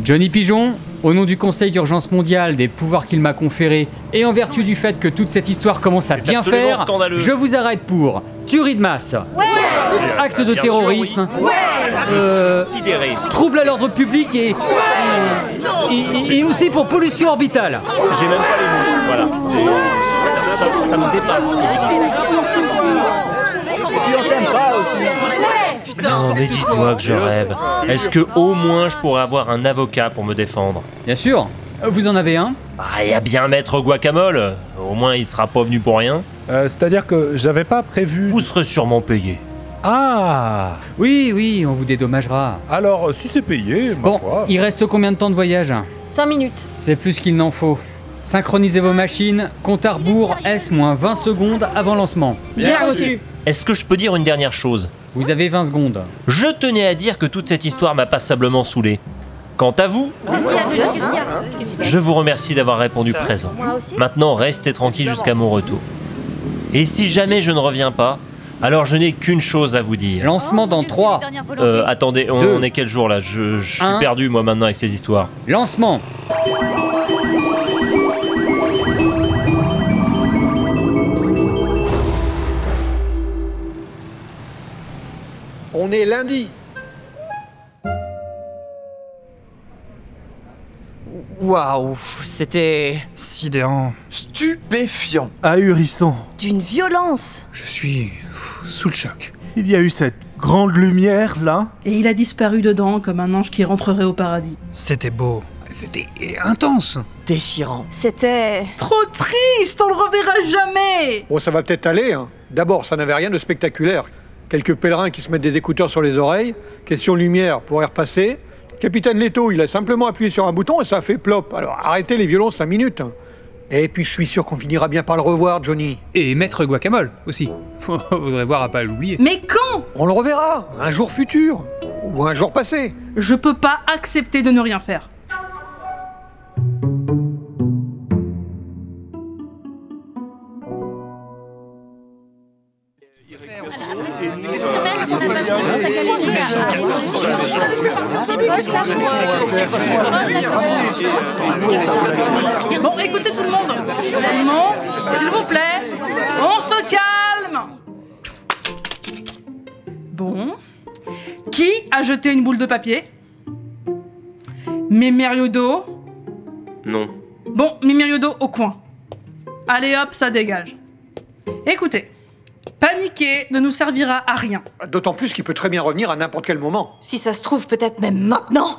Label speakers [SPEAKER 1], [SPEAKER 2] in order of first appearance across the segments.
[SPEAKER 1] Johnny Pigeon, au nom du Conseil d'urgence mondiale, des pouvoirs qu'il m'a conférés, et en vertu du fait que toute cette histoire commence à bien faire,
[SPEAKER 2] scandaleux.
[SPEAKER 1] je vous arrête pour tuerie de masse, acte de
[SPEAKER 2] Bien
[SPEAKER 1] terrorisme,
[SPEAKER 2] sûr, sidéré.
[SPEAKER 1] trouble à l'ordre public et aussi pour pollution orbitale.
[SPEAKER 2] J'ai même pas les mots. Voilà. Ça me dépasse. Non, mais dites-moi que je rêve. Est-ce que au moins je pourrais avoir un avocat pour me défendre?
[SPEAKER 1] Bien sûr, vous en avez un?
[SPEAKER 2] Il y a bien Maître Guacamole. Au moins il sera pas venu pour rien.
[SPEAKER 3] C'est-à-dire que j'avais pas prévu...
[SPEAKER 2] Vous serez sûrement payé.
[SPEAKER 3] Ah!
[SPEAKER 1] Oui, on vous dédommagera.
[SPEAKER 3] Alors, si c'est payé, ma
[SPEAKER 1] Bon,
[SPEAKER 3] foi...
[SPEAKER 1] il reste combien de temps de voyage?
[SPEAKER 4] 5 minutes.
[SPEAKER 1] C'est plus qu'il n'en faut. Synchronisez vos machines, compte à rebours S-20 secondes avant lancement.
[SPEAKER 4] Bien reçu.
[SPEAKER 2] Est-ce que je peux dire une dernière chose?
[SPEAKER 1] Vous avez 20 secondes.
[SPEAKER 2] Je tenais à dire que toute cette histoire m'a passablement saoulé. Quant à vous,
[SPEAKER 4] Qu'est-ce qu'il y a?
[SPEAKER 2] je vous remercie d'avoir répondu présent.
[SPEAKER 4] Moi aussi.
[SPEAKER 2] Maintenant, restez tranquille jusqu'à mon retour. Et si jamais je ne reviens pas, alors je n'ai qu'une chose à vous dire.
[SPEAKER 1] Lancement dans 3.
[SPEAKER 2] Attendez, on
[SPEAKER 1] Deux.
[SPEAKER 2] est quel jour là? Je suis
[SPEAKER 1] Un.
[SPEAKER 2] perdu moi maintenant avec ces histoires.
[SPEAKER 1] Lancement.
[SPEAKER 5] On est lundi.
[SPEAKER 6] Waouh, c'était...
[SPEAKER 7] Sidérant.
[SPEAKER 8] Stupéfiant.
[SPEAKER 7] Ahurissant.
[SPEAKER 4] D'une violence.
[SPEAKER 7] Je suis sous le choc.
[SPEAKER 9] Il y a eu cette grande lumière, là.
[SPEAKER 10] Et il a disparu dedans comme un ange qui rentrerait au paradis.
[SPEAKER 7] C'était beau. C'était intense.
[SPEAKER 6] déchirant.
[SPEAKER 4] C'était...
[SPEAKER 10] Trop triste, on le reverra jamais.
[SPEAKER 5] Bon, ça va peut-être aller, hein. D'abord, ça n'avait rien de spectaculaire. Quelques pèlerins qui se mettent des écouteurs sur les oreilles. Question lumière pour y repasser. Capitaine Leto, il a simplement appuyé sur un bouton et ça a fait plop. Alors arrêtez les violences 5 minutes. Et puis je suis sûr qu'on finira bien par le revoir, Johnny.
[SPEAKER 7] Et Maître Guacamole aussi. Faudrait voir à pas l'oublier.
[SPEAKER 10] Mais quand?
[SPEAKER 5] On le reverra, un jour futur. Ou un jour passé.
[SPEAKER 10] Je peux pas accepter de ne rien faire. Bon, écoutez tout le monde. Calmement, s'il vous plaît. On se calme. Bon. Qui a jeté une boule de papier? Mémériodo?
[SPEAKER 8] Non.
[SPEAKER 10] Bon, Mémériodo au coin. Allez hop, ça dégage. Écoutez, paniquer ne nous servira à rien.
[SPEAKER 5] D'autant plus qu'il peut très bien revenir à n'importe quel moment.
[SPEAKER 4] Si ça se trouve, peut-être même maintenant.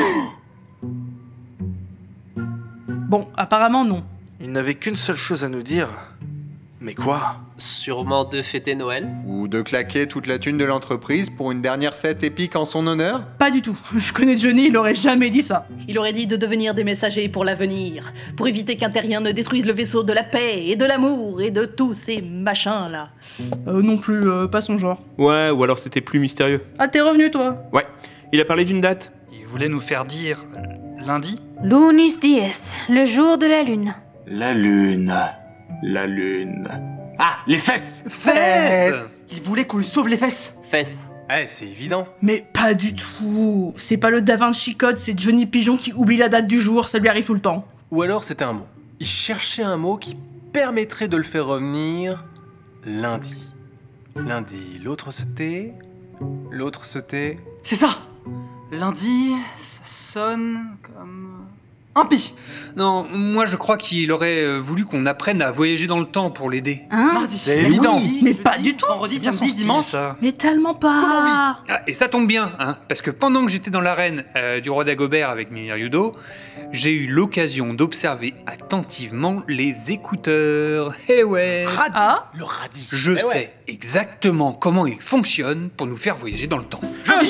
[SPEAKER 10] Bon, apparemment non.
[SPEAKER 8] Il n'avait qu'une seule chose à nous dire. Mais quoi?
[SPEAKER 11] Sûrement de fêter Noël.
[SPEAKER 12] Ou de claquer toute la thune de l'entreprise pour une dernière fête épique en son honneur?
[SPEAKER 10] Pas du tout. Je connais Johnny, il aurait jamais dit ça.
[SPEAKER 13] Il aurait dit de devenir des messagers pour l'avenir, pour éviter qu'un terrien ne détruise le vaisseau de la paix et de l'amour et de tous ces machins-là.
[SPEAKER 10] Non plus, pas son genre.
[SPEAKER 8] Ouais, ou alors c'était plus mystérieux.
[SPEAKER 10] Ah, t'es revenu, toi?
[SPEAKER 8] Ouais, il a parlé d'une date.
[SPEAKER 7] Il voulait nous faire dire... lundi?
[SPEAKER 4] Lunis dies, le jour de la lune.
[SPEAKER 14] La lune. La lune. Ah, les fesses!
[SPEAKER 6] Fesses! Il voulait qu'on lui sauve les fesses.
[SPEAKER 11] Fesses.
[SPEAKER 8] C'est évident.
[SPEAKER 10] Mais pas du tout. C'est pas le Da Vinci Code, c'est Johnny Pigeon qui oublie la date du jour, ça lui arrive tout le temps.
[SPEAKER 15] Ou alors c'était un mot. Il cherchait un mot qui permettrait de le faire revenir lundi. Lundi, l'autre c'était...
[SPEAKER 6] C'est ça! Lundi, ça sonne comme... un pi!
[SPEAKER 7] Non, moi je crois qu'il aurait voulu qu'on apprenne à voyager dans le temps pour l'aider.
[SPEAKER 10] Hein?
[SPEAKER 6] Mardi.
[SPEAKER 7] C'est évident.
[SPEAKER 10] Mais pas du tout.
[SPEAKER 6] Vendredi,
[SPEAKER 7] bien
[SPEAKER 6] samedi,
[SPEAKER 7] son style,
[SPEAKER 6] dimanche.
[SPEAKER 7] ça.
[SPEAKER 10] Mais tellement pas.
[SPEAKER 7] Ah, et ça tombe bien, hein, parce que pendant que j'étais dans l'arène du roi d'Agobert avec Mémériodo, j'ai eu l'occasion d'observer attentivement les écouteurs. Eh ouais.
[SPEAKER 6] Radis.
[SPEAKER 10] Ah?
[SPEAKER 6] Le radis.
[SPEAKER 7] Je sais exactement comment ils fonctionnent pour nous faire voyager dans le temps.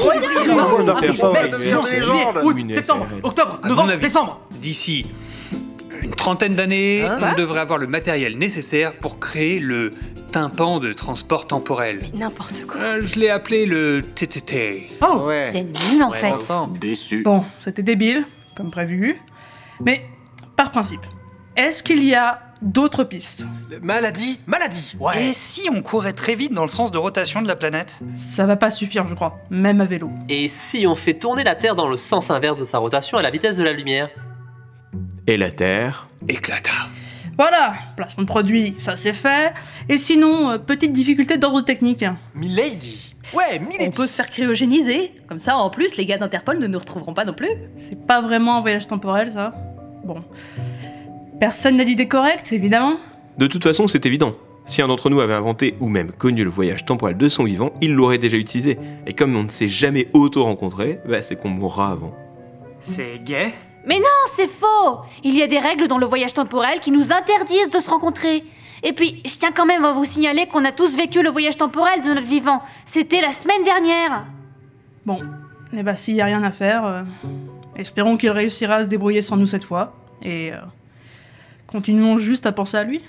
[SPEAKER 6] Août, septembre, octobre,
[SPEAKER 7] À mon
[SPEAKER 6] novembre,
[SPEAKER 7] avis,
[SPEAKER 6] décembre.
[SPEAKER 7] D'ici une trentaine d'années, on devrait avoir le matériel nécessaire pour créer le tympan de transport temporel.
[SPEAKER 4] N'importe quoi.
[SPEAKER 7] Je l'ai appelé le TTT.
[SPEAKER 10] Oh,
[SPEAKER 12] Ouais.
[SPEAKER 4] C'est nul en fait.
[SPEAKER 14] Déçu.
[SPEAKER 10] Bon, c'était débile, comme prévu. Mais, par principe, est-ce qu'il y a d'autres pistes.
[SPEAKER 15] Maladie,
[SPEAKER 6] Et si on courait très vite dans le sens de rotation de la planète?
[SPEAKER 10] Ça va pas suffire, je crois, même à vélo.
[SPEAKER 11] Et si on fait tourner la Terre dans le sens inverse de sa rotation à la vitesse de la lumière?
[SPEAKER 16] Et la Terre
[SPEAKER 12] éclata.
[SPEAKER 10] Voilà, placement de produit, ça c'est fait. Et sinon, petite difficulté d'ordre technique.
[SPEAKER 15] Milady. Ouais, Milady.
[SPEAKER 13] On peut se faire cryogéniser. Comme ça, en plus, les gars d'Interpol ne nous retrouveront pas non plus.
[SPEAKER 10] C'est pas vraiment un voyage temporel, ça. Bon. Personne n'a d'idée correcte, évidemment.
[SPEAKER 16] De toute façon, c'est évident. Si un d'entre nous avait inventé ou même connu le voyage temporel de son vivant, il l'aurait déjà utilisé. Et comme on ne s'est jamais auto-rencontré, c'est qu'on mourra avant.
[SPEAKER 6] C'est gay?
[SPEAKER 4] Mais non, c'est faux! Il y a des règles dans le voyage temporel qui nous interdisent de se rencontrer. Et puis, je tiens quand même à vous signaler qu'on a tous vécu le voyage temporel de notre vivant. C'était la semaine dernière.
[SPEAKER 10] Bon, et bah s'il y a rien à faire, espérons qu'il réussira à se débrouiller sans nous cette fois. Et continuons juste à penser à lui.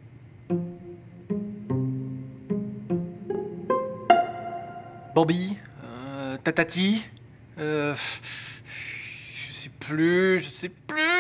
[SPEAKER 15] Bambi, Tatati, je sais plus.